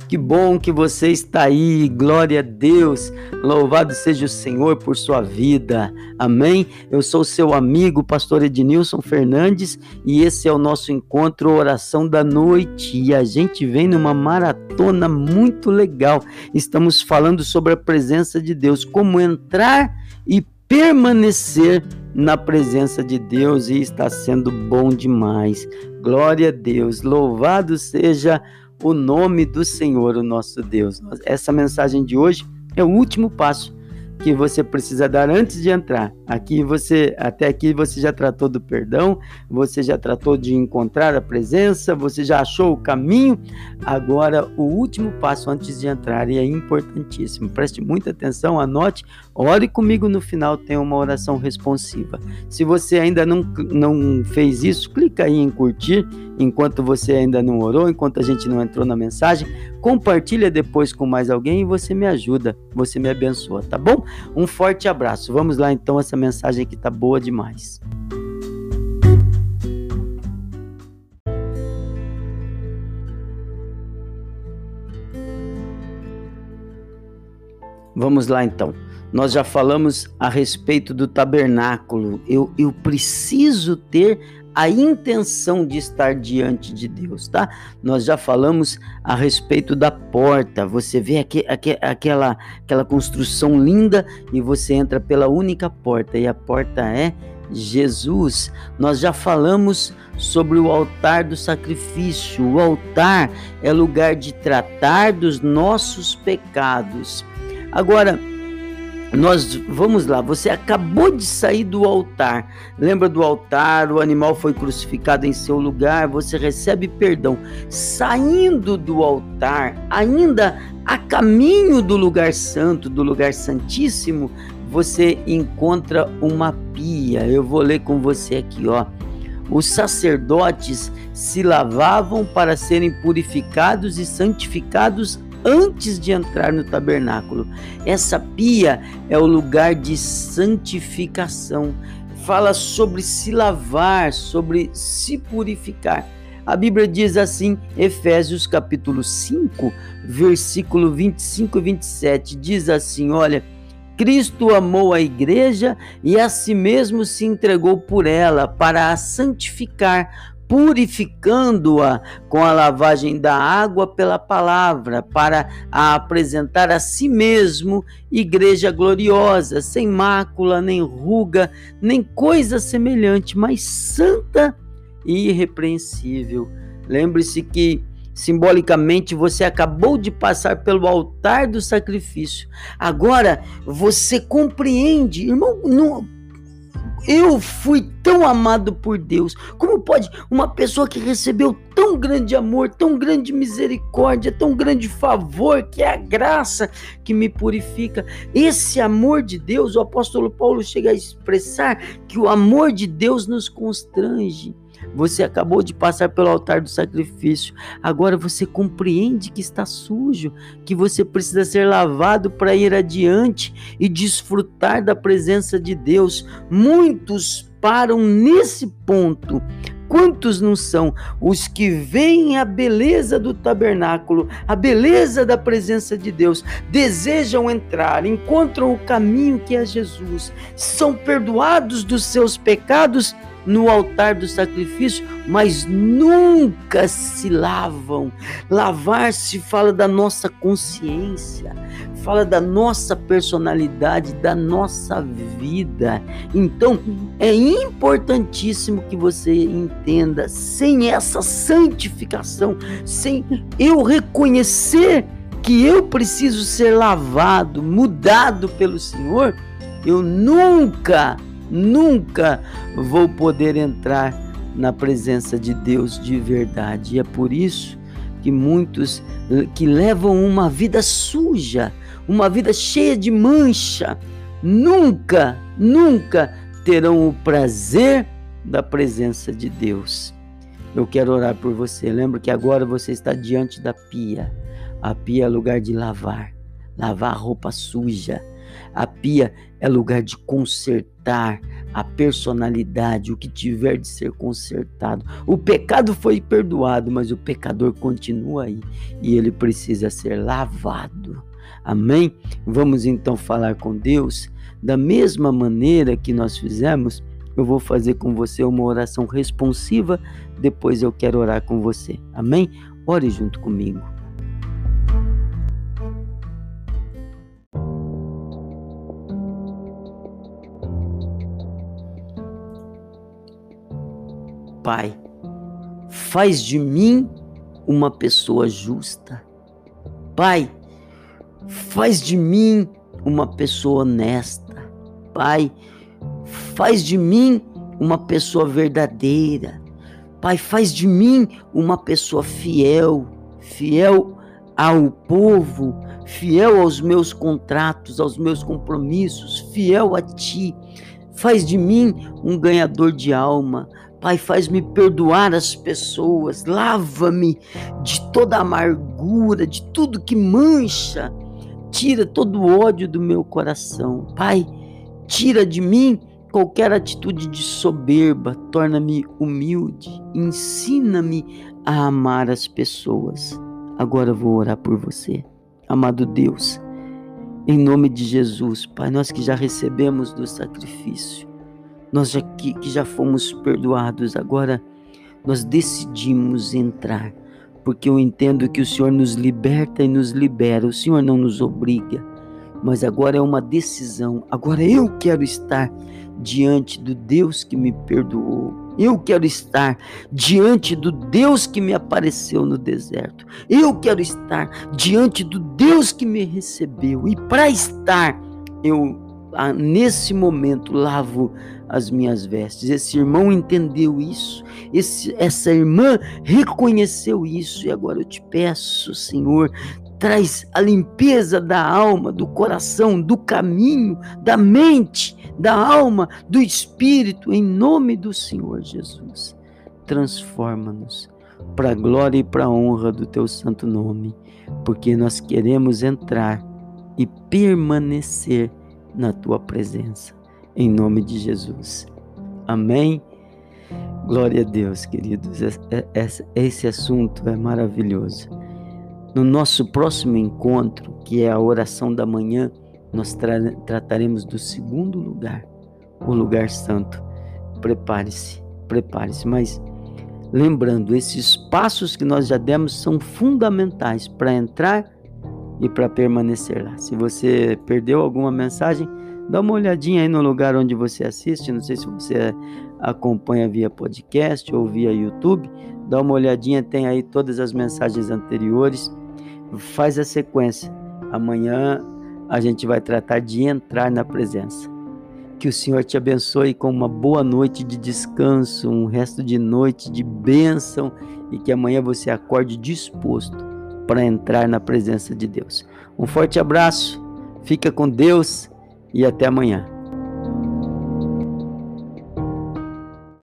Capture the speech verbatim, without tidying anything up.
Que bom que você está aí, glória a Deus, louvado seja o Senhor por sua vida, amém? Eu sou seu amigo, pastor Ednilson Fernandes, e esse é o nosso encontro Oração da Noite, e a gente vem numa maratona muito legal. Estamos falando sobre a presença de Deus, como entrar e permanecer na presença de Deus, e está sendo bom demais, glória a Deus, louvado seja o nome do Senhor, o nosso Deus. Essa mensagem de hoje é o último passo que você precisa dar antes de entrar. Aqui você, até aqui você já tratou do perdão, você já tratou de encontrar a presença, você já achou o caminho. Agora, o último passo antes de entrar, e é importantíssimo. Preste muita atenção, anote, ore comigo no final, tem uma oração responsiva. Se você ainda não, não fez isso, clica aí em curtir, enquanto você ainda não orou, enquanto a gente não entrou na mensagem, compartilha depois com mais alguém e você me ajuda, você me abençoa, tá bom? Um forte abraço. Vamos lá então, essa mensagem aqui tá boa demais. Vamos lá então. Nós já falamos a respeito do tabernáculo. Eu, eu preciso ter a intenção de estar diante de Deus, tá? Nós já falamos a respeito da porta. Você vê aqui, aqui, aquela, aquela construção linda e você entra pela única porta, e a porta é Jesus. Nós já falamos sobre o altar do sacrifício. O altar é lugar de tratar dos nossos pecados. Agora, nós vamos lá, você acabou de sair do altar, lembra do altar, o animal foi crucificado em seu lugar, você recebe perdão. Saindo do altar, ainda a caminho do lugar santo, do lugar santíssimo, você encontra uma pia. Eu vou ler com você aqui, ó. Os sacerdotes se lavavam para serem purificados e santificados antes de entrar no tabernáculo. Essa pia é o lugar de santificação. Fala sobre se lavar, sobre se purificar. A Bíblia diz assim, Efésios capítulo cinco, versículo vinte e cinco e vinte e sete, diz assim, olha, Cristo amou a igreja e a si mesmo se entregou por ela para a santificar, purificando-a com a lavagem da água pela palavra, para a apresentar a si mesmo igreja gloriosa, sem mácula, nem ruga, nem coisa semelhante, mas santa e irrepreensível. Lembre-se que simbolicamente você acabou de passar pelo altar do sacrifício. Agora você compreende, irmão, não... Eu fui tão amado por Deus. Como pode uma pessoa que recebeu tão grande amor, tão grande misericórdia, tão grande favor, que é a graça que me purifica? Esse amor de Deus, o apóstolo Paulo chega a expressar que o amor de Deus nos constrange. Você acabou de passar pelo altar do sacrifício. Agora você compreende que está sujo, que você precisa ser lavado para ir adiante e desfrutar da presença de Deus. Muitos param nesse ponto. Quantos não são os que veem a beleza do tabernáculo, a beleza da presença de Deus, desejam entrar, encontram o caminho que é Jesus, são perdoados dos seus pecados no altar do sacrifício, mas nunca se lavam. Lavar-se fala da nossa consciência, fala da nossa personalidade, da nossa vida. Então, é importantíssimo que você entenda, sem essa santificação, sem eu reconhecer que eu preciso ser lavado, mudado pelo Senhor, eu nunca Nunca vou poder entrar na presença de Deus de verdade. E é por isso que muitos que levam uma vida suja, uma vida cheia de mancha, nunca, nunca terão o prazer da presença de Deus. Eu quero orar por você. Lembra que agora você está diante da pia. A pia é lugar de lavar, lavar a roupa suja. A pia é lugar de consertar a personalidade, o que tiver de ser consertado. O pecado foi perdoado, mas o pecador continua aí e ele precisa ser lavado. Amém? Vamos então falar com Deus da mesma maneira que nós fizemos. Eu vou fazer com você uma oração responsiva, depois eu quero orar com você. Amém? Ore junto comigo. Pai, faz de mim uma pessoa justa. Pai, faz de mim uma pessoa honesta. Pai, faz de mim uma pessoa verdadeira. Pai, faz de mim uma pessoa fiel, fiel ao povo, fiel aos meus contratos, aos meus compromissos, fiel a Ti. Faz de mim um ganhador de alma. Pai, faz-me perdoar as pessoas, lava-me de toda amargura, de tudo que mancha, tira todo o ódio do meu coração. Pai, tira de mim qualquer atitude de soberba, torna-me humilde, ensina-me a amar as pessoas. Agora eu vou orar por você, amado Deus, em nome de Jesus. Pai, nós que já recebemos do sacrifício, nós já, que, que já fomos perdoados, agora nós decidimos entrar, porque eu entendo que o Senhor nos liberta e nos libera, o Senhor não nos obriga, mas agora é uma decisão. Agora eu quero estar diante do Deus que me perdoou, eu quero estar diante do Deus que me apareceu no deserto, eu quero estar diante do Deus que me recebeu, e para estar, eu nesse momento lavo as minhas vestes. Esse irmão entendeu isso, esse, essa irmã reconheceu isso, e agora eu te peço, Senhor, traz a limpeza da alma, do coração, do caminho, da mente, da alma, do espírito, em nome do Senhor Jesus. Transforma-nos para a glória e para a honra do teu santo nome, porque nós queremos entrar e permanecer na tua presença, em nome de Jesus. Amém? Glória a Deus, queridos. Esse assunto é maravilhoso. No nosso próximo encontro, que é a oração da manhã, nós tra- trataremos do segundo lugar, o lugar santo. Prepare-se, prepare-se. Mas lembrando, esses passos que nós já demos são fundamentais para entrar e para permanecer lá. Se você perdeu alguma mensagem, dá uma olhadinha aí no lugar onde você assiste. Não sei se você acompanha via podcast ou via YouTube. Dá uma olhadinha, tem aí todas as mensagens anteriores. Faz a sequência. Amanhã a gente vai tratar de entrar na presença. Que o Senhor te abençoe com uma boa noite de descanso, um resto de noite de bênção, e que amanhã você acorde disposto para entrar na presença de Deus. Um forte abraço, fica com Deus e até amanhã.